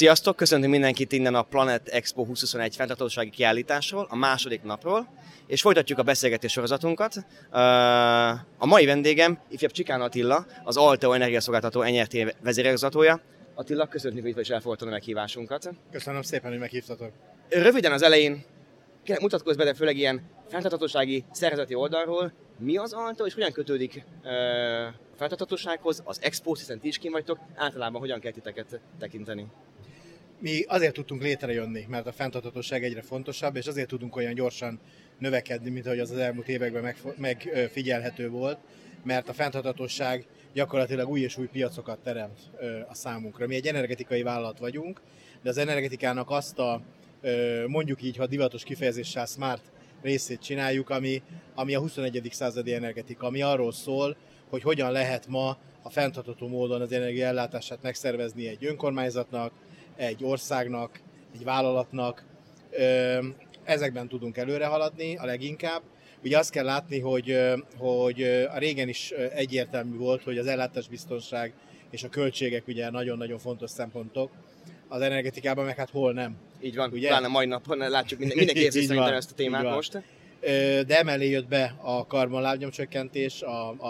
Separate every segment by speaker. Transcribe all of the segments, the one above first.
Speaker 1: Sziasztok! Köszöntünk mindenkit innen a Planet Expo 2021 fenntarthatósági kiállításról, a második napról, és folytatjuk a beszélgetés sorozatunkat. A mai vendégem ifjabb Csikán Attila, az Alteo energiaszolgáltató NRT vezérigazgatója. Attila, köszönjük, hogy is elfogadtad a meghívásunkat.
Speaker 2: Köszönöm szépen, hogy meghívtatok.
Speaker 1: Röviden az elején mutatkozz be, de főleg ilyen fenntarthatósági szervezeti oldalról, mi az Alteo és hogyan kötődik a fenntarthatósághoz, az Expo, hiszen ti is kint vagytok, általában hogyan kell titeket tekinteni?
Speaker 2: Mi azért tudtunk létrejönni, mert a fenntarthatóság egyre fontosabb, és azért tudunk olyan gyorsan növekedni, mint ahogy az elmúlt években megfigyelhető volt, mert a fenntarthatóság gyakorlatilag új és új piacokat teremt a számunkra. Mi egy energetikai vállalat vagyunk, de az energetikának azt a, mondjuk így, ha divatos kifejezéssel smart részét csináljuk, ami a 21. századi energetika, ami arról szól, hogy hogyan lehet ma a fenntartható módon az energiaellátását megszervezni egy önkormányzatnak, egy országnak, egy vállalatnak. Ezekben tudunk előre haladni a leginkább. Ugye azt kell látni, hogy a régen is egyértelmű volt, hogy az ellátásbiztonság és a költségek ugye nagyon-nagyon fontos szempontok az energetikában, meg hát hol nem.
Speaker 1: Így van, ugye? Pláne mai napon látjuk, mindenki érzi szerintem ezt a témát most.
Speaker 2: De emellé jött be a karbonlábnyomcsökkentés,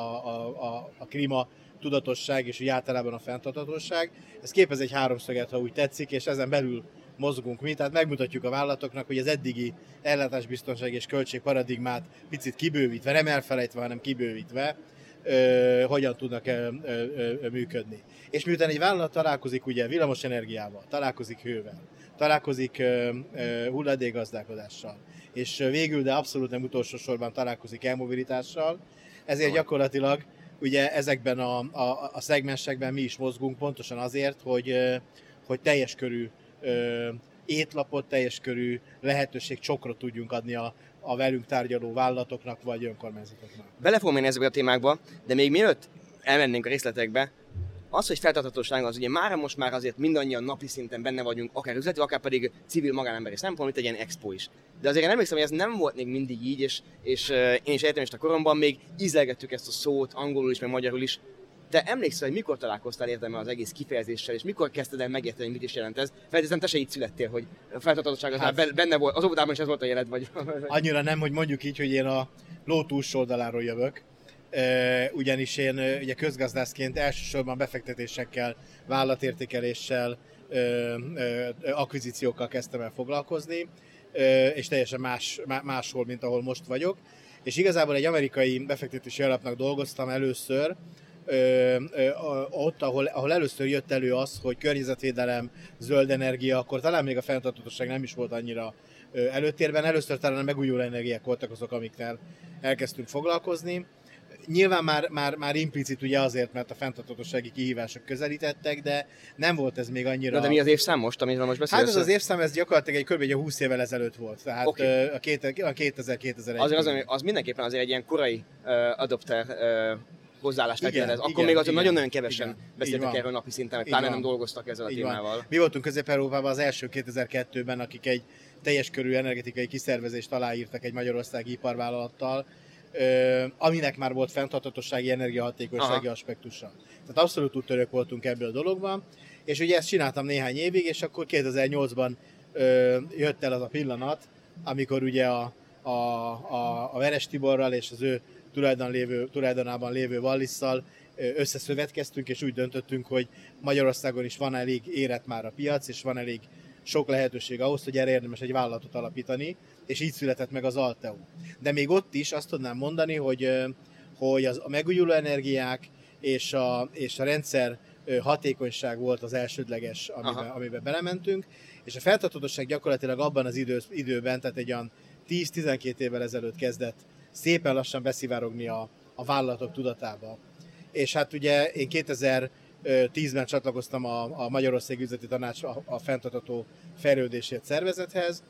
Speaker 2: a klíma tudatosság és úgy általában a fenntarthatóság. Ez képez egy háromszöget, ha úgy tetszik, és ezen belül mozgunk mi, tehát megmutatjuk a vállalatoknak, hogy az eddigi ellátásbiztonság és költségparadigmát picit kibővítve, nem elfelejtve, hanem kibővítve, hogyan tudnak működni. És miután egy vállalat találkozik ugye villamos energiával, találkozik hővel, találkozik hulladékgazdálkodással, és végül, de abszolút nem utolsó sorban találkozik elmobilitással, ezért gyakorlatilag ugye ezekben a szegmensekben mi is mozgunk pontosan azért, hogy teljes körű étlapot, teljes körű lehetőségcsokrot tudjunk adni a velünk tárgyaló vállalatoknak vagy önkormányzatoknak.
Speaker 1: Bele fogom menni ezekbe a témákba, de még mielőtt elmennénk a részletekbe, az, hogy fenntarthatóság az ugye most már azért mindannyian napi szinten benne vagyunk, akár üzleti, akár pedig civil magánemberi szempontból, mint egy ilyen expo is. De azért én emlékszem, hogy ez nem volt még mindig így, és én is egyetemista koromban még ízlelgettük ezt a szót, angolul is, meg magyarul is. Te emlékszel, hogy mikor találkoztál értelme az egész kifejezéssel, és mikor kezdted el megérteni, mit is jelent ez? Feltétlenül te se így születtél, hogy a fenntarthatóság az benne volt, az óvodában is ez volt a jelet, vagy?
Speaker 2: Annyira nem, hogy mondjuk így, hogy én a ló túlsó oldaláról jövök. Ugyanis én ugye közgazdászként elsősorban befektetésekkel, vállalatértékeléssel, akvizíciókkal kezdtem el foglalkozni, és teljesen máshol, mint ahol most vagyok. És igazából egy amerikai befektetési alapnak dolgoztam először, ott, ahol először jött elő az, hogy környezetvédelem, zöld energia, akkor talán még a fenntarthatóság nem is volt annyira előtérben. Először talán a megújuló energiák voltak azok, amikkel elkezdtünk foglalkozni. Nyilván már implicit ugye azért, mert a fenntarthatósági kihívások közelítettek, de nem volt ez még annyira...
Speaker 1: De mi az évszám most, amiről most beszélsz?
Speaker 2: Hát az évszám, ez gyakorlatilag egy kb. 20 évvel ezelőtt volt, tehát a 2000-2001.
Speaker 1: Az mindenképpen azért egy ilyen korai adopter hozzáállás feltételez. Akkor még azért nagyon-nagyon kevesen beszéltek erről napi szinten, meg pláne nem dolgoztak ezzel a témával.
Speaker 2: Mi voltunk Közép-Európában az első 2002-ben, akik egy teljes körű energetikai kiszervezést aláírtak egy magyarországi iparvállalattal, aminek már volt fenntarthatósági, energiahatékonysági aspektusa. Tehát abszolút úttörők voltunk ebből a dologban, és ugye ezt csináltam néhány évig, és akkor 2008-ban jött el az a pillanat, amikor ugye a Veres Tiborral és az ő tulajdonában lévő Wallisszal összeszövetkeztünk, és úgy döntöttünk, hogy Magyarországon is van elég érett már a piac, és van elég sok lehetőség ahhoz, hogy erre érdemes egy vállalatot alapítani, és így született meg az Alteo. De még ott is azt tudnám mondani, hogy a megújuló energiák és a rendszer hatékonyság volt az elsődleges, amiben belementünk, és a fenntarthatóság gyakorlatilag abban az időben, tehát egy olyan 10-12 évvel ezelőtt kezdett szépen lassan beszivárogni a vállalatok tudatába. És hát ugye én 2010-ben csatlakoztam a Magyarországi Üzleti Tanács a fenntartható fejlődésért szervezethez,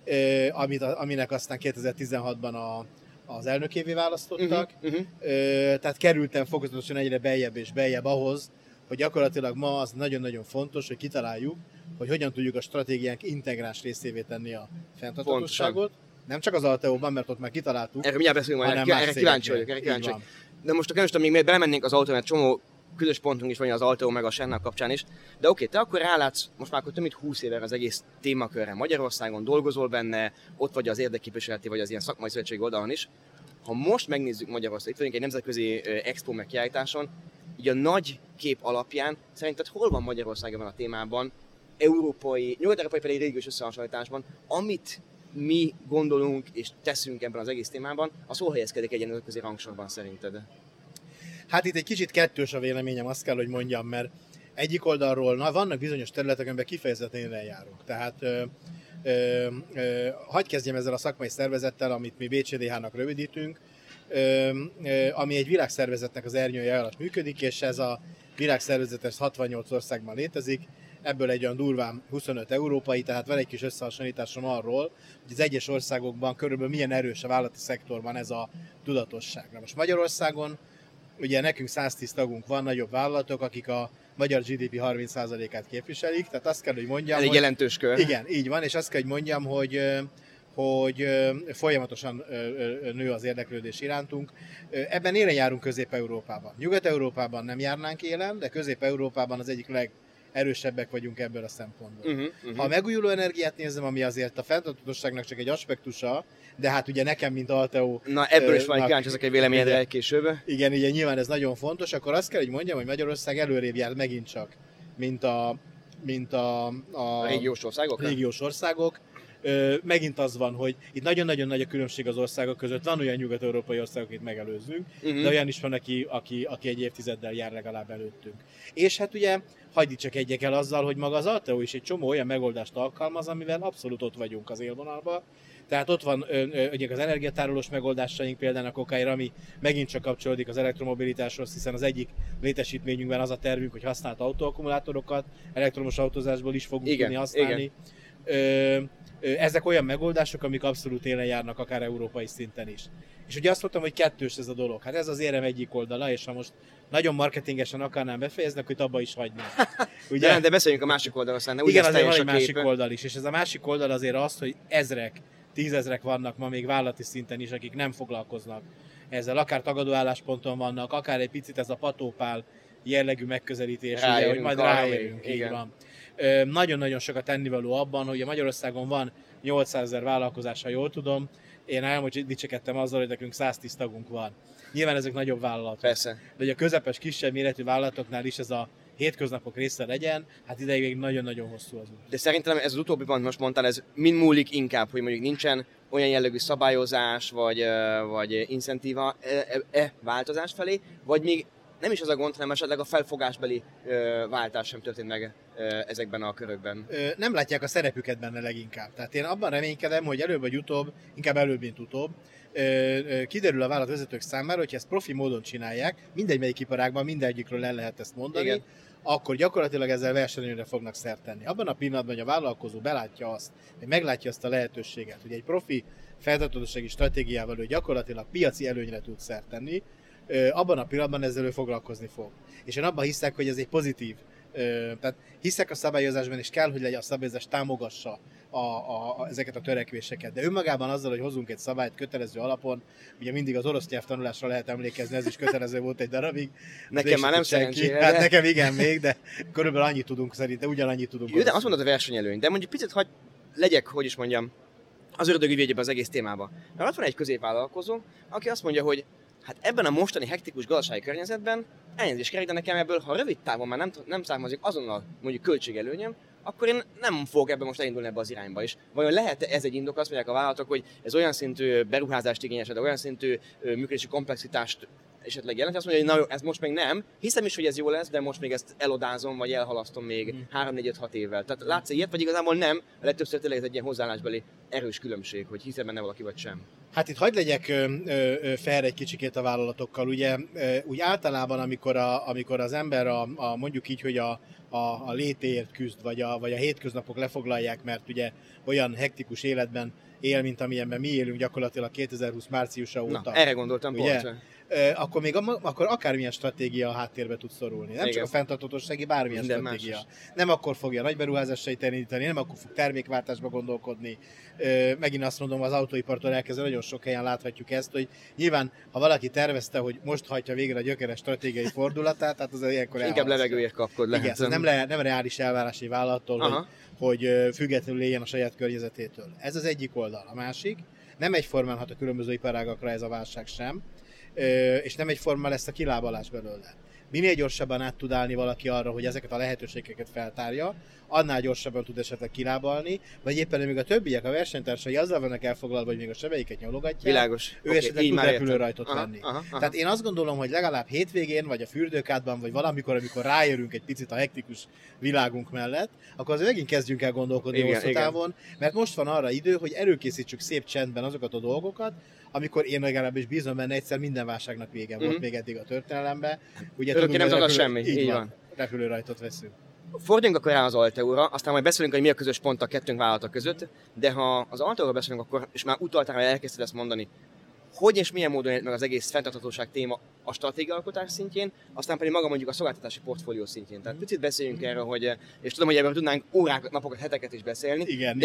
Speaker 2: aminek aztán 2016-ban az elnökévé választottak. Tehát kerültem fokozatosan egyre beljebb és beljebb ahhoz, hogy gyakorlatilag ma az nagyon-nagyon fontos, hogy kitaláljuk, hogy hogyan tudjuk a stratégiánk integráns részévé tenni a fenntarthatóságot. Nem csak az Alteóban, mert ott már kitaláltuk.
Speaker 1: Erről mindjárt beszélünk, erre kíváncsi vagyok. De most a még belemennénk az Alteo, mert csomó közös pontunk is van az Alteo meg a Shell kapcsán is. De oké, te akkor rálátsz most már akkor több mint 20 éve az egész témakörre Magyarországon, dolgozol benne, ott vagy az érdekképviseleti vagy az ilyen szakmai szövetség oldalon is. Ha most megnézzük Magyarországot, itt vagyunk egy nemzetközi expo meg kiállításon, így a nagy kép alapján szerinted hol van Magyarország ebben a témában, nyugat-európai pedig régiós összehasonlításban, amit mi gondolunk és teszünk ebben az egész témában, az hol helyezkedik egy nemzetközi rangsorban szerinted?
Speaker 2: Hát itt egy kicsit kettős a véleményem, azt kell, hogy mondjam, mert egyik oldalról vannak bizonyos területek, amiben kifejezetten eljárunk. Tehát hadd kezdjem ezzel a szakmai szervezettel, amit mi BCDH-nak rövidítünk, ami egy világszervezetnek az ernyője alatt működik, és ez a világszervezet 68 országban létezik, ebből egy olyan durván 25 európai, tehát van egy kis összehasonlításom arról, hogy az egyes országokban körülbelül milyen erős a vállalati szektorban ez a tudatosság. Na most Magyarországon ugye nekünk 110 tagunk van, nagyobb vállalatok, akik a magyar GDP 30%-át képviselik, tehát azt kell, hogy mondjam,
Speaker 1: elég jelentős kör.
Speaker 2: Igen, így van, és azt kell, hogy mondjam, hogy folyamatosan nő az érdeklődés irántunk. Ebben élen járunk Közép-Európában. Nyugat-Európában nem járnánk élen, de Közép-Európában az egyik legerősebbek vagyunk ebből a szempontból. Ha a megújuló energiát nézem, ami azért a fenntarthatóságnak csak egy aspektusa, de hát ugye nekem, mint Alteo...
Speaker 1: Na ebből is van kíváncsi ezek egy véleményedre később.
Speaker 2: Igen, ugye nyilván ez nagyon fontos, akkor azt kell, hogy mondjam, hogy Magyarország előrébb jár megint csak, mint a régiós országok. Megint az van, hogy itt nagyon-nagyon nagy a különbség az országok között. Van olyan nyugat-európai országok, akit megelőzzünk, de olyan is van, aki egy évtizeddel jár legalább előttünk. És hát ugye, hagyj csak egyek el azzal, hogy maga az Alteo is egy csomó olyan megoldást alkalmaz, amivel abszolút ott vagyunk az élvonalban. Tehát ott van ugye az energiatárolós megoldásaink, például a Kokáir, ami megint csak kapcsolódik az elektromobilitáshoz, hiszen az egyik létesítményünkben az a tervünk, hogy használt autóakkumulátorokat elektromos autózásból is fogunk tudni használni. Ezek olyan megoldások, amik abszolút élen járnak, akár európai szinten is. És ugye azt mondtam, hogy kettős ez a dolog. Hát ez az érem egyik oldala, és ha most nagyon marketingesen akarnám befejezni, akkor abba is hagynám.
Speaker 1: Ugye? De beszéljünk a másik oldalra, aztán
Speaker 2: igen, azért van egy másik oldal is, és ez a másik oldal azért az, hogy tízezrek vannak ma még vállalati szinten is, akik nem foglalkoznak ezzel. Akár tagadó állásponton vannak, akár egy picit ez a patópál jellegű megközelítés, ugye, hogy majd ráérünk. Így van. Nagyon-nagyon sokat tennivaló abban, hogy Magyarországon van 800 000 vállalkozás, ha jól tudom. Én elmúlt dicsekedtem azzal, hogy nekünk 110 tagunk van. Nyilván ezek nagyobb vállalatok.
Speaker 1: Persze.
Speaker 2: De hogy a közepes, kisebb méretű vállalatoknál is ez a hétköznapok része legyen, hát ideig még nagyon-nagyon hosszú az út.
Speaker 1: De szerintem ez az utóbbi pont, most mondtál, ez mind múlik inkább, hogy mondjuk nincsen olyan jellegű szabályozás, vagy incentíva változás felé, vagy még nem is az a gond, hanem esetleg a felfogásbeli váltás sem történt meg ezekben a körökben.
Speaker 2: Nem látják a szerepüket benne leginkább. Tehát én abban reménykedem, hogy előbb vagy utóbb, inkább előbb, mint utóbb, kiderül a vállalatvezetők számára, hogy ezt profi módon csinálják, mindegy melyik iparágban, mindegyikről el lehet ezt mondani, igen, akkor gyakorlatilag ezzel versenyre fognak szert tenni. Abban a pillanatban, hogy a vállalkozó belátja azt, hogy meglátja azt a lehetőséget, hogy egy profi fenntarthatósági stratégiával ő gyakorlatilag piaci előnyre tud szert tenni, abban a pillanatban ezzel ő foglalkozni fog. És én abban hiszek, hogy ez egy pozitív, tehát hiszek a szabályozásban, és kell, hogy legyen a szabályozás támogassa ezeket a törekvéseket. De önmagában azzal, hogy hozunk egy szabályt kötelező alapon, ugye mindig az orosz nyelvtanulásra lehet emlékezni, ez is kötelező volt egy darabig.
Speaker 1: Nekem már nem szerencsére.
Speaker 2: Hát nekem igen még, de körülbelül annyit tudunk szerintem, ugyanannyit tudunk.
Speaker 1: Jó, de azt mondod a versenyelőny, de mondjuk picit legyek, hogy is mondjam, az ördögi ügyében az egész témában. Mert ott van egy középvállalkozó, aki azt mondja, hogy hát ebben a mostani hektikus gazdasági környezetben elnézést kérek, de nekem ebből, ha rövid távon már nem származik azonnal mondjuk költségelőnyem, akkor én nem fogok ebben most elindulni ebbe az irányba is. Vajon lehet ez egy indok, azt mondják a vállalatok, hogy ez olyan szintű beruházást igényes, de olyan szintű működési komplexitást esetleg jelent, azt mondja, hogy na jó, ez most még nem. Hiszem is, hogy ez jó lesz, de most még ezt elodázom, vagy elhalasztom még 3-4-5-6 évvel. Tehát látsz ilyet, vagy igazából nem, a legtöbbször tényleg ez egy ilyen hozzáállásbeli erős különbség, hogy hiszem benne valaki vagy sem.
Speaker 2: Hát itt hagyd legyek fair egy kicsikét a vállalatokkal. Ugye úgy általában, amikor az ember mondjuk így, hogy a létéért küzd, vagy a hétköznapok lefoglalják, mert ugye olyan hektikus életben él, mint amilyenben mi élünk gyakorlatilag 2020 márciusa óta.
Speaker 1: Na, erre gondoltam
Speaker 2: ugye?
Speaker 1: pont.
Speaker 2: akkor akármilyen stratégia a háttérbe tud szorulni. Nem csak a fenntarthatósági, bármilyen
Speaker 1: minden
Speaker 2: stratégia.
Speaker 1: más.
Speaker 2: Nem akkor fogja nagy beruházásait elindítani, nem akkor fog termékváltásba gondolkodni. Megint azt mondom, az autóipartól elkezdve nagyon sok helyen láthatjuk ezt, hogy nyilván, ha valaki tervezte, hogy most hajtja végre a gyökeres stratégiai fordulatát, tehát az ilyenkor
Speaker 1: inkább levegőért kapkod lehet.
Speaker 2: Igen, nem reális elvárás egy vállalattól, hogy függetlenül éljen a saját környezetétől. Ez az egyik oldal. A másik, nem egyformán hat a különböző iparágakra ez a válság sem, és nem egyformán lesz a kilábalás belőle. Minél gyorsabban át tud állni valaki arra, hogy ezeket a lehetőségeket feltárja, annál gyorsabban tud esetleg kilábalni, vagy éppen még a többiek, a versenytársai azzal vannak elfoglalva, hogy még a sebeiket nyalogatják.
Speaker 1: Világos.
Speaker 2: Ő esetleg tud repülőrajtot venni. Tehát én azt gondolom, hogy legalább hétvégén, vagy a fürdőkádban, vagy valamikor, amikor rájörünk egy picit a hektikus világunk mellett, akkor azért megint kezdjünk el gondolkodni hosszú távon, mert most van arra idő, hogy előkészítsük szép csendben azokat a dolgokat, amikor én legalábbis bízom benne, egyszer minden válságnak vége volt még eddig a történelemben. Ugye
Speaker 1: örökké nem tudod semmi.
Speaker 2: Így van. Repülőrajtot veszünk.
Speaker 1: Fordjunk akkor rá az Alteóra, aztán majd beszélünk, hogy mi a közös pont a kettőnk vállalata között, de ha az Alteóra beszélünk, akkor, és már utaltál, hogy elkezdted ezt mondani, hogy és milyen módon jött meg az egész fenntarthatóság téma a stratégiaalkotás szintjén, aztán pedig maga mondjuk a szolgáltatási portfólió szintjén. Tehát picit beszéljünk erről, hogy, és tudom, hogy ebben tudnánk órákat, napokat, heteket is beszélni,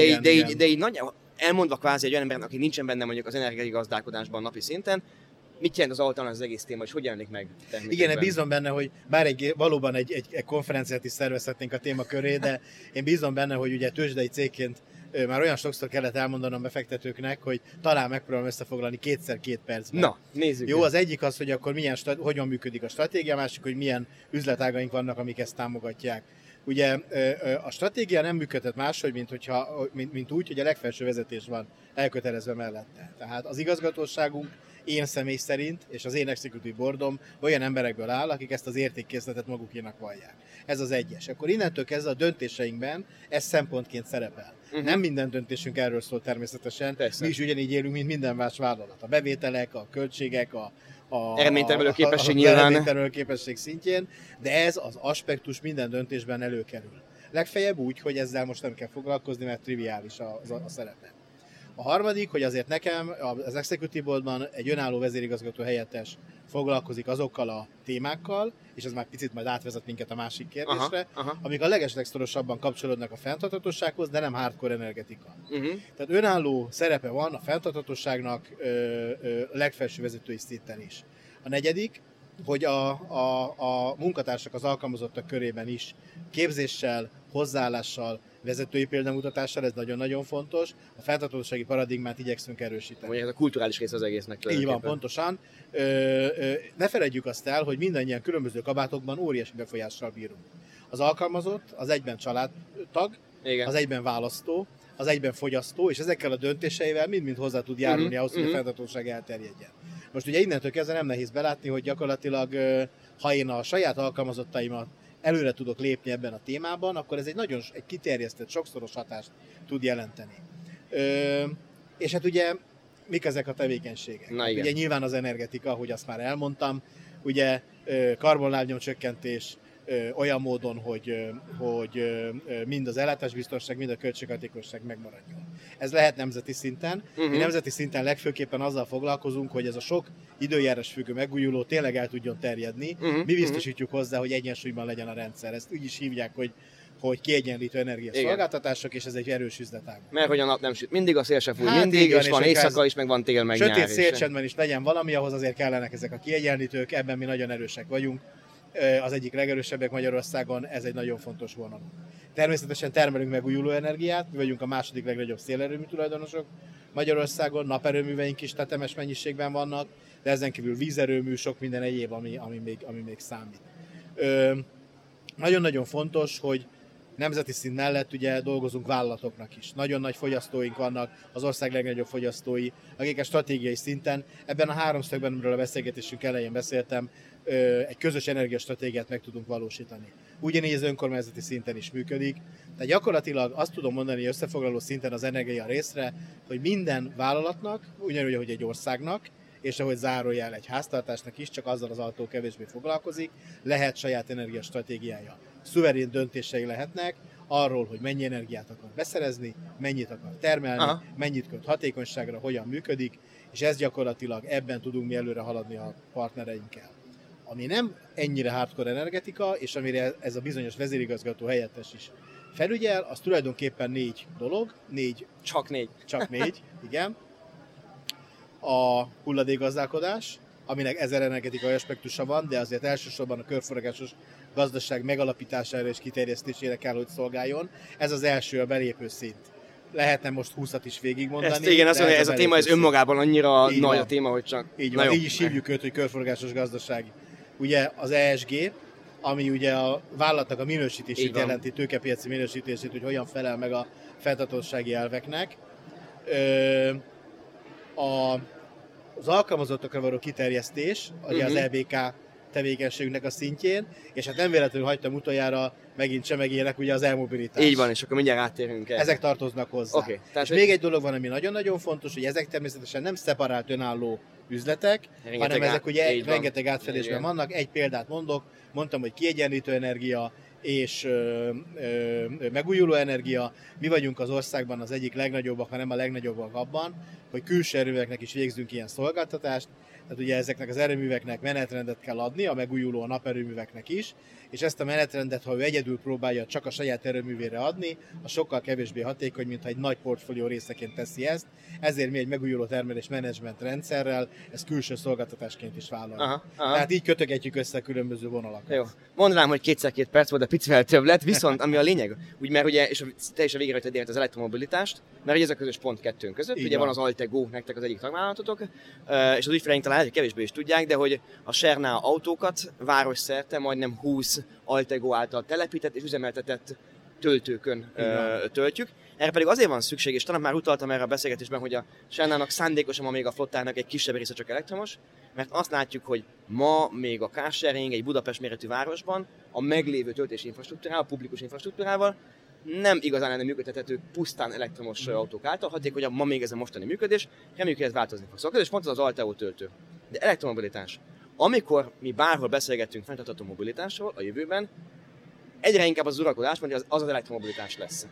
Speaker 1: de így nagyjából elmondva kvázi egy olyan embernek, aki nincsen benne mondjuk az energiagazdálkodásban napi szinten, mit jelent az Alteónál az egész téma, és hogy jelenik meg?
Speaker 2: Igen, bízom benne, hogy bár valóban egy konferenciát is szervezhetnénk a téma köré, de én bízom benne, hogy ugye tőzsdei cégként már olyan sokszor kellett elmondanom befektetőknek, hogy talán megpróbálom összefoglalni 2x2 percben.
Speaker 1: Na, nézzük.
Speaker 2: Jó, az egyik az, hogy akkor hogyan működik a stratégia, a másik, hogy milyen üzletágaink vannak, amik ezt támogatják. Ugye a stratégia nem működhet máshogy, mint úgy, hogy a legfelső vezetés van elkötelezve mellette. Tehát az igazgatóságunk én személy szerint, és az én executive boardom olyan emberekből áll, akik ezt az értékkészletet magukénak vallják. Ez az egyes. Akkor innentől kezdve a döntéseinkben ez szempontként szerepel. Nem minden döntésünk erről szól természetesen. Persze. Mi is ugyanígy élünk, mint minden más vállalat. A bevételek, a költségek, a
Speaker 1: eredménytermelő képesség nyilván.
Speaker 2: Eredménytermelő képesség szintjén, de ez az aspektus minden döntésben előkerül. Legfeljebb úgy, hogy ezzel most nem kell foglalkozni, mert triviális a szerepe. A harmadik, hogy azért nekem az Executive Boardban egy önálló vezérigazgató helyettes foglalkozik azokkal a témákkal, és ez már picit majd átvezet minket a másik kérdésre, amik a legeslegszorosabban kapcsolódnak a fenntarthatósághoz, de nem hardcore energetika. Tehát önálló szerepe van a fenntarthatóságnak legfelső vezetői szinten is. A negyedik, hogy a munkatársak, az alkalmazottak körében is képzéssel, hozzáállással, vezetői példamutatással, ez nagyon-nagyon fontos. A fenntarthatósági paradigmát igyekszünk erősíteni.
Speaker 1: Ugye ez a kulturális rész az egésznek.
Speaker 2: Így van, pontosan. Ne feledjük azt el, hogy mindannyian különböző kabátokban óriási befolyással bírunk. Az alkalmazott, az egyben családtag, az egyben választó, az egyben fogyasztó, és ezekkel a döntéseivel mind-mind hozzá tud járulni ahhoz, hogy a fenntarthatóság elterjedjen. Most ugye innentől kezdve nem nehéz belátni, hogy gyakorlatilag, ha én a saját alkalmazottaimat előre tudok lépni ebben a témában, akkor ez egy kiterjesztett, sokszoros hatást tud jelenteni. És hát ugye, mik ezek a tevékenységek? Ugye nyilván az energetika, ahogy azt már elmondtam, ugye karbonlábnyom csökkentés olyan módon, hogy mind az ellátásbiztonság, mind a költséghatékonyság megmaradjon. Ez lehet nemzeti szinten. Mi nemzeti szinten legfőképpen azzal foglalkozunk, hogy ez a sok időjárás függő megújuló tényleg el tudjon terjedni. Mi biztosítjuk hozzá, hogy egyensúlyban legyen a rendszer. Ezt úgy is hívják, hogy kiegyenlítő energiaszolgáltatások, és ez egy erős üzletág.
Speaker 1: Mert hogy a nap nem süt mindig, a szél se fúj mindig, és van éjszaka is, meg van tél, meg nyár.
Speaker 2: Sötét szélcsendben is legyen valami, ahhoz azért kellenek ezek a kiegyenlítők, ebben mi nagyon erősek vagyunk. Az egyik legerősebbek Magyarországon, ez egy nagyon fontos vonal. Természetesen termelünk megújuló energiát, mi vagyunk a második legnagyobb szélerőmű tulajdonosok Magyarországon, naperőműveink is tetemes mennyiségben vannak, de ezen kívül vízerőmű, sok minden egyéb, ami még számít. Nagyon-nagyon fontos, hogy nemzeti szint mellett ugye dolgozunk vállalatoknak is. Nagyon nagy fogyasztóink vannak, az ország legnagyobb fogyasztói, akik a stratégiai szinten, ebben a háromszögben, amiről a beszélgetésünk elején beszéltem, egy közös energiastratégiát meg tudunk valósítani. Ugyanígy az önkormányzati szinten is működik. Tehát gyakorlatilag azt tudom mondani összefoglaló szinten az energia részre, hogy minden vállalatnak, ugyanúgy, ahogy egy országnak, és ahogy zárójel egy háztartásnak is, csak azzal az Alteó kevésbé foglalkozik, lehet saját energiastratégiája. Szuverén döntései lehetnek, arról, hogy mennyi energiát akar beszerezni, mennyit akar termelni,
Speaker 1: Aha.
Speaker 2: mennyit köt hatékonyságra, hogyan működik, és ez gyakorlatilag ebben tudunk mi előre haladni a partnereinkkel. Ami nem ennyire hardcore energetika, és amire ez a bizonyos vezérigazgató helyettes is felügyel, az tulajdonképpen 4 dolog, csak négy, igen. A hulladékgazdálkodás, aminek 1000 energetikai aspektusa van, de azért elsősorban a körforgásos gazdaság megalapítására és kiterjesztésére kell, hogy szolgáljon. Ez az első, a belépő szint. Lehetne most 20-at is végigmondani.
Speaker 1: Ezt igen, azt mondja, ez a téma ez önmagában annyira
Speaker 2: így
Speaker 1: nagy
Speaker 2: van.
Speaker 1: a téma, hogy csak...
Speaker 2: Így van, így is hívjuk őt, hogy körforgásos gazdaság. Ugye az ESG, ami ugye a vállalatnak a minősítését jelenti, tőkepiaci minősítését, hogy hogyan felel meg a fenntarthatósági elveknek. Az alkalmazottakra való kiterjesztés, ugye az EBK tevékenységünknek a szintjén, és hát nem véletlenül hagytam utoljára megint csemegének ugye az elmobilitás.
Speaker 1: Így van, és akkor mindjárt áttérünk el.
Speaker 2: Ezek tartoznak hozzá.
Speaker 1: Okay,
Speaker 2: és még egy dolog van, ami nagyon-nagyon fontos, hogy ezek természetesen nem szeparált önálló üzletek, hanem ezek ugye rengeteg átfedésben vannak. Egy példát mondtam, hogy kiegyenlítő energia és megújuló energia. Mi vagyunk az országban az egyik legnagyobbak, ha nem a legnagyobbak abban, hogy külső erőműveknek is végzünk ilyen szolgáltatást. Tehát ugye ezeknek az erőműveknek menetrendet kell adni, a megújuló a naperőműveknek is, és ezt a menetrendet, ha ő egyedül próbálja csak a saját erőművére adni, az sokkal kevésbé hatékony, mint ha egy nagy portfólió részeként teszi ezt. Ezért mi egy megújuló termelés menedzsment rendszerrel ezt külső szolgáltatásként is vállaljuk. Tehát így kötögetjük össze a különböző vonalakat.
Speaker 1: Jó. Mondanám, hogy 2x2 perc volt, de picivel több lett, viszont ami a lényeg, úgy, mert ugye, és te is a végére hajtad az elektromobilitást, mert ugye ez a közös pont kettőnk között, így ugye van az Altego, nektek az egyik tagvállalatotok, és az ügyfeleink talán kevésbé is tudják, de hogy a Share-nál autókat városszerte majdnem 20 Altego által telepített és üzemeltetett töltőkön töltjük. Erre pedig azért van szükség, és talán már utaltam erre a beszélgetésben, hogy a Share-nak szándékosan ma még a flottának egy kisebb része csak elektromos, mert azt látjuk, hogy ma még a carsharing egy Budapest méretű városban a meglévő töltési infrastruktúrával, a publikus infrastruktúrával nem igazán lenne működtethető pusztán elektromos autók által, hatékonyabb ma még ez a mostani működés, reméljük, hogy ez változni fog. Szóval és pont az Alteo töltő. De elektromobilitás. Amikor mi bárhol beszélgetünk fenntartható mobilitásról a jövőben, egyre inkább az uralkodás, hogy az elektromobilitás lesz.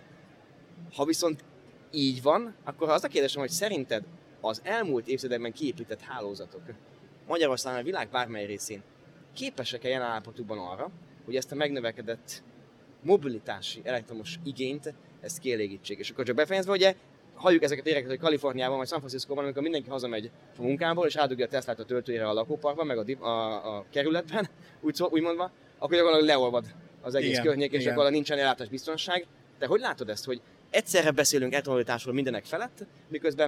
Speaker 1: Ha viszont így van, akkor az a kérdésem, hogy szerinted az elmúlt évtizedekben kiépített hálózatok Magyarországon, a világ bármely részén képesek-e jelen állapotukban arra, hogy ezt a megnövekedett mobilitási elektromos igényt ezt kielégítsék. És akkor csak befejezve, ugye halljuk ezeket éreket, hogy Kaliforniában vagy San Franciscóban, amikor mindenki hazamegy a munkából, és rádugja a Teslát a töltőjére a lakóparkban, meg a kerületben, úgy mondva, akkor gyakorlatilag leolvad az egész környék, és akkor nincsen ellátásbiztonság. De hogy látod ezt, hogy egyszerre beszélünk elektromobilitásról mindenek felett, miközben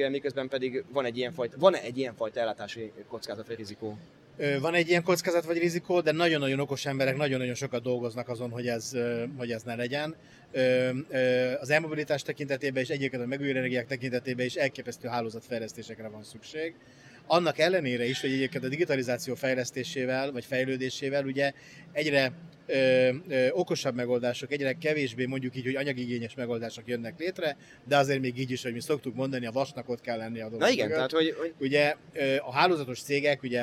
Speaker 1: pedig van egy ilyenfajta ellátási kockázat vagy rizikó?
Speaker 2: Van egy ilyen kockázat vagy rizikó, de nagyon-nagyon okos emberek nagyon-nagyon sokat dolgoznak azon, hogy ez ne legyen. Az elmobilitás tekintetében és egyébként a megújuló energiák tekintetében is elképesztő hálózatfejlesztésekre van szükség. Annak ellenére is, hogy egyébként a digitalizáció fejlesztésével vagy fejlődésével ugye egyre okosabb megoldások, egyre kevésbé mondjuk így, hogy anyagigényes megoldások jönnek létre, de azért még így is, hogy mi szoktuk mondani, a vasnak ott kell lenni a dolog.
Speaker 1: Na igen, tehát hogy...
Speaker 2: Ugye a hálózatos cégek ugye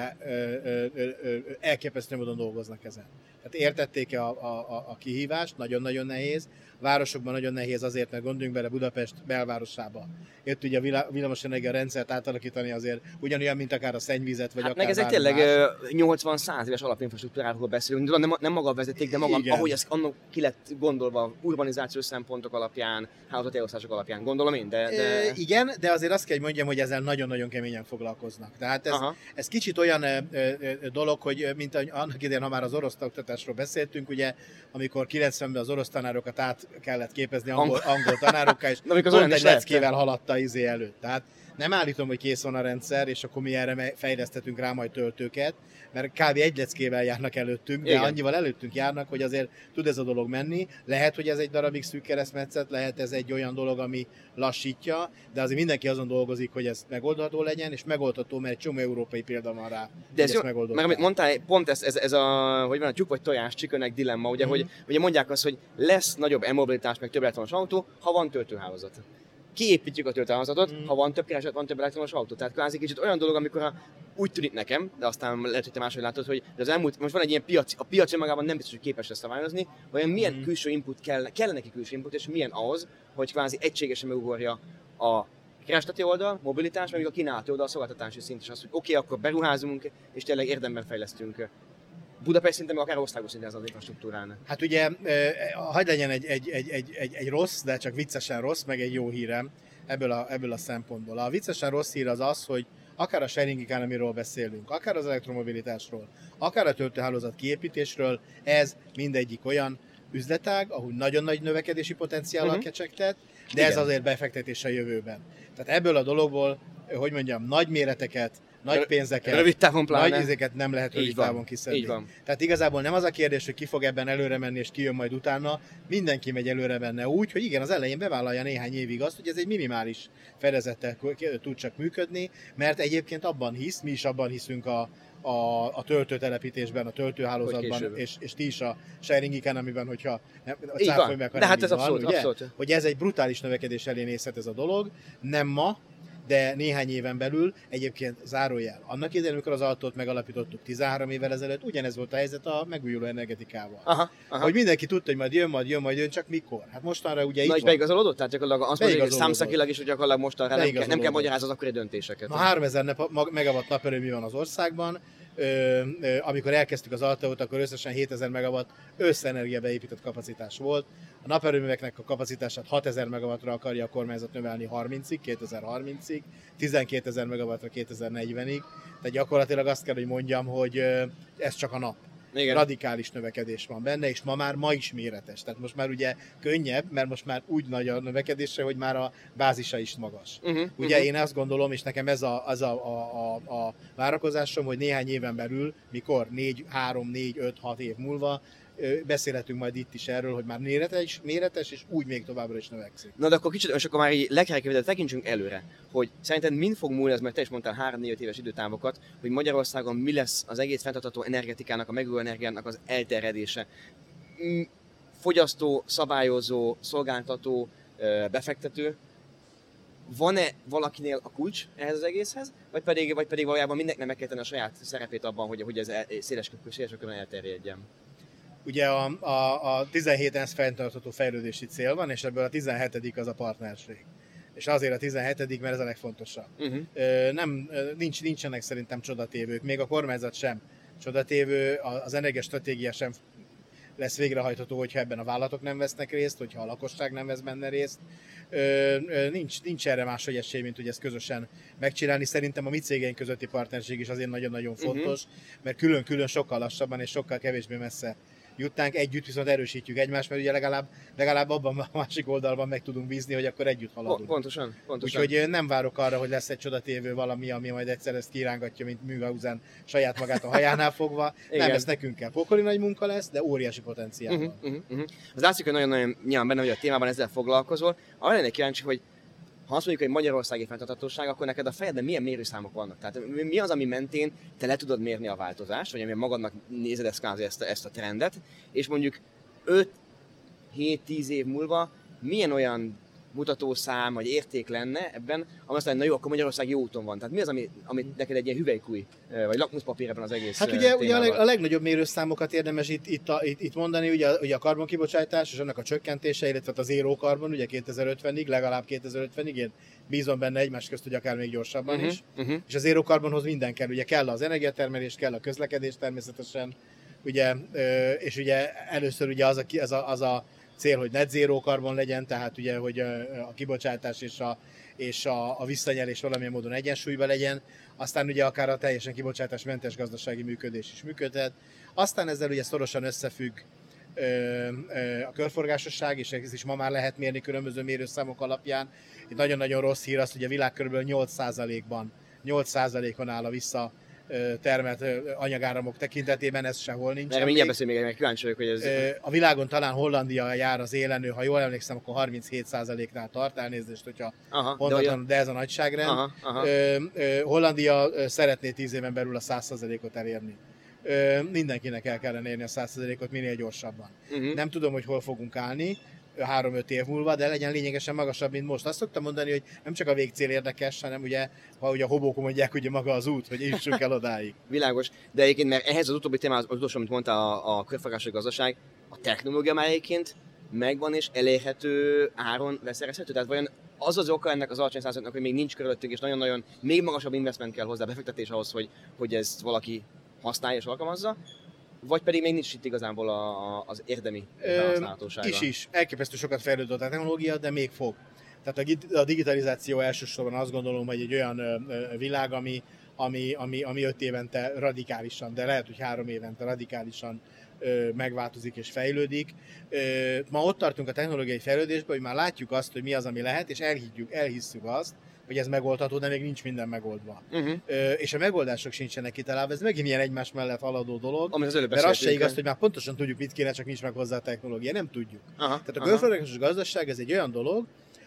Speaker 2: elképesztő módon dolgoznak ezen. Tehát értették a kihívást, nagyon-nagyon nehéz. Városokban nagyon nehéz azért, mert gondoljunk bele Budapest belvárosába. Itt ugye a villamosenergia rendszert átalakítani azért ugyanolyan, mint akár a szennyvizet, vagy akár
Speaker 1: ezek tényleg 80-100 éves alapinfrastruktúráról beszélünk, nem maga a vezeték, de maga, ahogy ez annak ki lett gondolva urbanizációs szempontok alapján, hálózati elosztások alapján, gondolom én, de...
Speaker 2: Igen, de azért azt kell, hogy mondjam, hogy ezzel nagyon-nagyon keményen foglalkoznak. Tehát ez kicsit olyan dolog, hogy mint annak idején, ha már az orosz oktatásról beszéltünk, ugye, amikor 90-ben az orosz tanárokat át kellett képezni angol tanárokká, és pont egy leckével haladta előtt. Tehát nem állítom, hogy kész van a rendszer, és akkor mi erre fejlesztetünk rá majd töltőket, mert kb. Egy leckével járnak előttünk, de igen, annyival előttünk járnak, hogy azért tud ez a dolog menni. Lehet, hogy ez egy darabig szűk keresztmetszet, lehet ez egy olyan dolog, ami lassítja, de azért mindenki azon dolgozik, hogy ez megoldható legyen, és megoldható, mert egy csomó európai példa van rá,
Speaker 1: de ez ezt megoldották. Mert amit mondtál, pont ez a, hogy van a tyúk vagy tojás csikönek dilemma, ugye, hogy ugye mondják azt, hogy lesz nagyobb e-mobilitás, meg több elektromos autó, ha van töltőhálózat. kiépítjük a töltőhálózatot, ha van több kereslet, van több elektromos autó. Tehát kvázi kicsit olyan dolog, amikor úgy tűnik nekem, de aztán lehet, hogy te máshogy látod, hogy az elmúlt, most van egy ilyen piac, a piac magában nem biztos, hogy képes ezt szabályozni, vagy milyen külső input kell neki külső input, és milyen ahhoz, hogy kvázi egységesen megugorja a keresleti oldal, mobilitás, meg a kínálati oldal, a szolgáltatási szint is az, hogy oké, akkor beruházunk, és tényleg érdemben fejlesztünk. Budapest szinten, meg akár országos szinten ez az infrastruktúrán.
Speaker 2: Hát ugye, hadd legyen egy rossz, de csak viccesen rossz, meg egy jó hírem ebből a szempontból. A viccesen rossz hír az, hogy akár a sharing economy-ról beszélünk, akár az elektromobilitásról, akár a töltőhálózat kiépítésről, ez mindegyik olyan üzletág, ahol nagyon nagy növekedési potenciállal kecsegtet, de igen, ez azért befektetés a jövőben. Tehát ebből a dologból, hogy mondjam, nagy méreteket, nagy pénzeket,
Speaker 1: rövid távon pláne,
Speaker 2: nagy izéket nem lehet rövid távon kiszedni. Tehát igazából nem az a kérdés, hogy ki fog ebben előre menni és ki jön majd utána, mindenki megy előre benne úgy, hogy igen, az elején bevállalja néhány évig azt, hogy ez egy minimális fedezettel tud csak működni, mert egyébként abban hisz, mi is abban hiszünk a töltőtelepítésben, a töltőhálózatban, és ti is a sharing economy-ben, hogyha a cáfolj meg,
Speaker 1: de hát ez abszolút.
Speaker 2: Hogy ez egy brutális növekedés elé nézhet ez a dolog, nem ma, de néhány éven belül, egyébként zárójel. Annak idején, amikor az Altót megalapítottuk 13 évvel ezelőtt, ugyanez volt a helyzet a megújuló energetikával.
Speaker 1: Aha.
Speaker 2: Hogy mindenki tudta, hogy majd jön, csak mikor? Hát mostanra ugye itt van.
Speaker 1: Beigazolódott? Tehát gyakorlatilag azt mondja, hogy számszakilag is, hogy gyakorlatilag mostanra nem kell magyarázni az akkori döntéseket.
Speaker 2: Ma 3000 megawatt naperőmű van az országban. Amikor elkezdtük az Altót, akkor összesen 7000 megawatt összenergia beépített kapacitás volt. A naperőműveknek a kapacitását 6000 megawattra akarja a kormányzat növelni 2030-ig, 12 000 megawattra 2040-ig. Tehát gyakorlatilag azt kell, hogy mondjam, hogy ez csak a nap. Igen. Radikális növekedés van benne, és ma is méretes. Tehát most már ugye könnyebb, mert most már úgy nagy a növekedésre, hogy már a bázisa is magas. Ugye én azt gondolom, és nekem ez a várakozásom, hogy néhány éven belül, mikor 3, 4, 5, 6 év múlva, beszélhetünk majd itt is erről, hogy már méretes és úgy még továbbra is növekszik.
Speaker 1: Na de akkor kicsit, és akkor már így legkerekebbet tekintsünk előre, hogy szerinted mind fog múlni, ez mert te is mondtál 3-4-5 éves időtávokat, hogy Magyarországon mi lesz az egész fenntartható energetikának, a megújuló energiának az elterjedése. Fogyasztó, szabályozó, szolgáltató, befektető, van-e valakinél a kulcs ehhez az egészhez, vagy pedig valójában mindenkinek meg kell tenni a saját szerepét abban, hogy ez széles körben elterjedjen?
Speaker 2: Ugye a 17 ENSZ fenntartható fejlődési cél van, és ebből a 17. az a partnerség. És azért a 17., mert ez a legfontosabb. Nincsenek szerintem csodatévők, még a kormányzat sem csodatévő, az energiastratégia sem lesz végrehajtható, hogyha ebben a vállalatok nem vesznek részt, hogyha a lakosság nem vesz benne részt. Nincs erre máshogy esély, mint hogy ezt közösen megcsinálni. Szerintem a mi cégeink közötti partnerség is azért nagyon-nagyon fontos, mert külön-külön sokkal lassabban és sokkal kevésbé messze jutnánk, együtt viszont erősítjük egymást, mert ugye legalább abban a másik oldalban meg tudunk bízni, hogy akkor együtt haladunk.
Speaker 1: Pontosan.
Speaker 2: Úgyhogy nem várok arra, hogy lesz egy csodatévő valami, ami majd egyszer ezt kirángatja, mint Münchhausen saját magát a hajánál fogva. Nem, ez nekünk kell. Pokoli nagy munka lesz, de óriási potenciál van.
Speaker 1: Az látszik, hogy nagyon-nagyon nyilván benne, hogy a témában ezzel foglalkozol. Arra lennék kíváncsi, hogy ha azt mondjuk, hogy magyarországi fenntarthatóság, akkor neked a fejedben milyen mérőszámok vannak? Tehát mi az, ami mentén te le tudod mérni a változást, vagy ami magadnak nézed ezt a trendet, és mondjuk 5-7-10 év múlva milyen olyan mutatószám vagy érték lenne ebben, ami azt mondja, na jó, akkor Magyarország jó úton van. Tehát mi az, ami neked egy ilyen hüvelykúj, vagy lakmuszpapír ebben az egész
Speaker 2: Hát ugye a legnagyobb mérőszámokat érdemes itt mondani, ugye a karbonkibocsátás és annak a csökkentése, illetve a zéró karbon, ugye 2050-ig, legalább 2050-ig, én bízom benne egymás közt, hogy akár még gyorsabban is. És a zéró karbonhoz minden kell, ugye kell az energiatermelés, kell a közlekedés természetesen, ugye, és ugye először ugye az a cél, hogy net zero karbon legyen, tehát ugye, hogy a kibocsátás és a visszanyerés valamilyen módon egyensúlyban legyen, aztán ugye akár a teljesen kibocsátásmentes gazdasági működés is működhet. Aztán ezzel ugye szorosan összefügg a körforgásosság, és ez is ma már lehet mérni különböző mérőszámok alapján. Egy nagyon-nagyon rossz hír az, hogy a világ kb. 8%-on áll a termelt anyagáramok tekintetében, ez sehol nincs.
Speaker 1: Erre mindjárt beszélünk még, kíváncsi vagyok, hogy ez...
Speaker 2: A világon talán Hollandia jár az élen, ha jól emlékszem, akkor 37%-nál tart, elnézést, hogyha pontosan, de ez a nagyságrend. Hollandia szeretné 10 éven belül a 100%-ot elérni. Mindenkinek el kellene érni a 100%-ot minél gyorsabban. Nem tudom, hogy hol fogunk állni, 3-5 év múlva, de legyen lényegesen magasabb, mint most. Azt szoktam mondani, hogy nem csak a végcél érdekes, hanem ugye, ha ugye a hobók mondják, ugye maga az út, hogy jussunk el odáig.
Speaker 1: Világos, de egyébként mert ehhez az utóbbi témához, az utolsó, amit mondta a körforgásos gazdaság, a technológia már egyébként megvan és elérhető áron leszerezhető? Tehát vajon az az oka ennek az alacsony százaléknak, hogy még nincs körülöttünk, és nagyon-nagyon még magasabb investment kell hozzá, befektetés ahhoz, hogy ezt valaki használja és alkalmazza, vagy pedig még nincs itt igazából az érdemi használhatósága?
Speaker 2: Is. Elképesztő sokat fejlődött a technológia, de még fog. Tehát a digitalizáció elsősorban azt gondolom, hogy egy olyan világ, ami 5 évente radikálisan, de lehet, hogy 3 évente radikálisan megváltozik és fejlődik. Ma ott tartunk a technológiai fejlődésben, hogy már látjuk azt, hogy mi az, ami lehet, és elhisszük azt, hogy ez megoldható, de még nincs minden megoldva. És a megoldások sincsenek kitalálva, ez megint ilyen egymás mellett haladó dolog, mert az se igaz, hogy már pontosan tudjuk, mit kéne, csak nincs meg hozzá a technológia, nem tudjuk. Tehát a körforgásos gazdaság ez egy olyan dolog,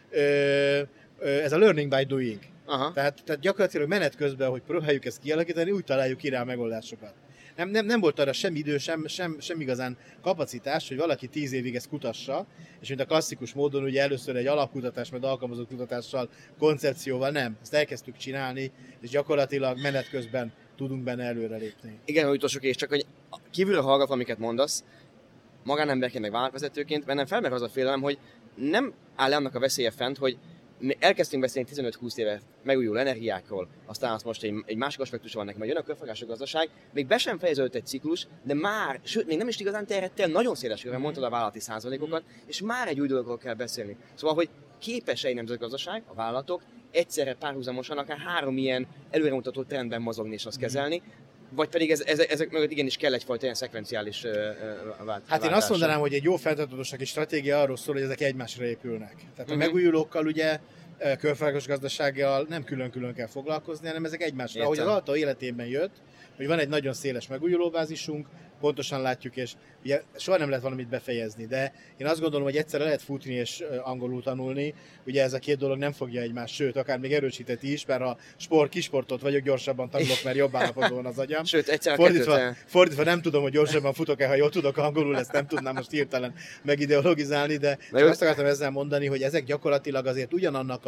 Speaker 2: ez a learning by doing. Tehát gyakorlatilag menet közben, hogy próbáljuk ezt kialakítani, úgy találjuk ki rá a megoldásokat. Nem volt arra sem idő, sem igazán kapacitás, hogy valaki 10 évig ezt kutassa, és mint a klasszikus módon ugye először egy alapkutatás, majd alkalmazott kutatással, koncepcióval nem. Ezt elkezdtük csinálni, és gyakorlatilag menet közben tudunk benne előrelépni.
Speaker 1: Igen, hogy utolsó és csak hogy kívülről hallgatva, amiket mondasz, magánemberként, meg vállalatvezetőként, bennem felmerül az a félelem, hogy nem áll le annak a veszélye fent, hogy elkezdtünk beszélni 15-20 éve megújuló energiákról, aztán azt most egy másik aspektusa van nekem, hogy jön a körforgásos gazdaság, még be sem fejeződött egy ciklus, de már, sőt, még nem is igazán terjedt el, nagyon széles körben mondtad a vállalati százalékokat, és már egy új dologról kell beszélni. Szóval, hogy képes-e egy nemzetgazdaság, a vállalatok egyszerre párhuzamosan akár 3 ilyen előremutató trendben mozogni és azt kezelni, vagy pedig ezek mögött igenis kell egyfajta ilyen szekvenciális változás.
Speaker 2: Hát én azt mondanám, hogy egy jó fenntarthatósági stratégia arról szól, hogy ezek egymásra épülnek. Tehát a megújulókkal ugye körforgásos gazdasággal nem külön-külön kell foglalkozni, hanem ezek egymásra. Ahogy az Alta életében jött, hogy van egy nagyon széles megújulóbázisunk, pontosan látjuk, és ugye soha nem lehet valamit befejezni, de én azt gondolom, hogy egyszerre lehet futni és angolul tanulni, ugye ez a két dolog nem fogja egymást, sőt, akár még erősíteti is, mert ha kisportot vagyok, gyorsabban tanulok, mert jobb állapotban van az agyam.
Speaker 1: Sőt,
Speaker 2: fordítva nem tudom, hogy gyorsabban futok-e, ha jól tudok angolul, ezt nem tudnám most hirtelen megideologizálni, de azt akartam ezzel mondani, hogy ezek gyakorlatilag azért ugyanannak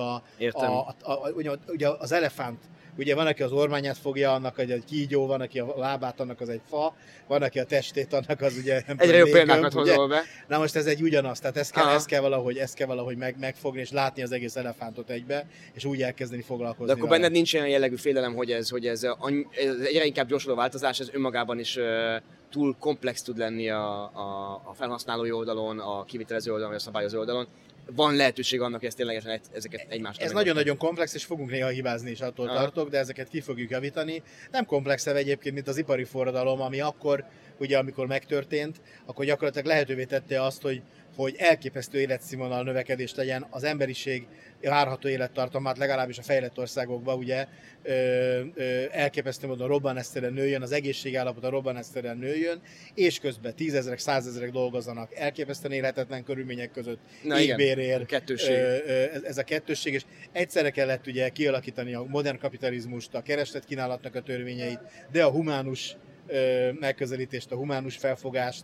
Speaker 2: ugye az elefánt. Ugye van, aki az ormányát fogja, annak egy kígyó, van, aki a lábát, annak az egy fa, van, aki a testét, annak az ugye nem
Speaker 1: egyre jobb példákat hozol be.
Speaker 2: Na most ez egy ugyanaz, tehát ezt kell valahogy megfogni, és látni az egész elefántot egybe, és úgy elkezdeni foglalkozni.
Speaker 1: De akkor benned nincs olyan jellegű félelem, hogy ez egyre inkább gyorsuló változás, ez önmagában is túl komplex tud lenni a felhasználói oldalon, a kivitelező oldalon, vagy a szabályozó oldalon. Van lehetőség annak, hogy ezt ténylegesen ezeket egymást.
Speaker 2: Ez nagyon-nagyon komplex, és fogunk néha hibázni is, attól tartok, de ezeket ki fogjuk javítani. Nem komplexebb egyébként, mint az ipari forradalom, ami akkor, ugye amikor megtörtént, akkor gyakorlatilag lehetővé tette azt, hogy elképesztő életszínvonal növekedés legyen, az emberiség várható élettartamát legalábbis a fejlett országokban ugye elképesztő módon robbaneszteren nőjön, az egészségállapota robbaneszteren nőjön, és közben 10 000-ek, 100 000-ek dolgozzanak elképesztően élhetetlen körülmények között, égbérért, ez a kettősség, és egyszerre kellett ugye kialakítani a modern kapitalizmust, a kereslet-kínálatnak a törvényeit, de a humánus megközelítést, a humánus felfogást,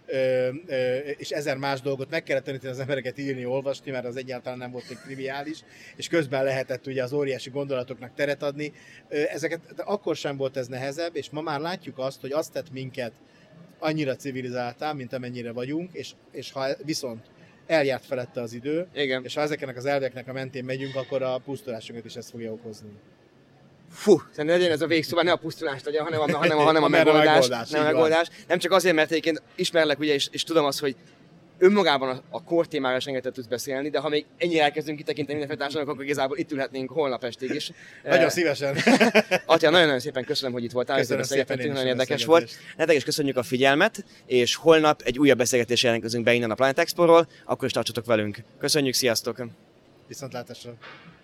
Speaker 2: és 1000 más dolgot meg kellett tanítani az embereket írni, olvasni, mert az egyáltalán nem volt egy triviális, és közben lehetett ugye az óriási gondolatoknak teret adni. Ezeket, de akkor sem volt ez nehezebb, és ma már látjuk azt, hogy azt tett minket annyira civilizáltá, mint amennyire vagyunk, és ha viszont eljárt felette az idő, igen, és ha ezeknek az elveknek a mentén megyünk, akkor a pusztulásunkat is ezt fogja okozni.
Speaker 1: Fú, szerintem legyen ez a végszó, ne a pusztulást legyen, hanem a megoldás. Nem csak azért, mert egyébként ismerlek ugye, és tudom azt, hogy önmagában a core témára is rengeteget tudsz beszélni, de ha még ennyire elkezdünk kitekinteni mindenféle társadalmak, akkor igazából itt ülhetnénk holnap estig is.
Speaker 2: Nagyon szívesen.
Speaker 1: Attila, nagyon-nagyon szépen köszönöm, hogy itt voltál, ez beszélgetettünk, nagyon érdekes volt. Nektek is köszönjük a figyelmet, és holnap egy újabb beszélgetésre jelentkezünk be innen a Planet Expo-ról, akkor is tartsatok velünk. Köszönjük, sziasztok!
Speaker 2: Viszontlátásra!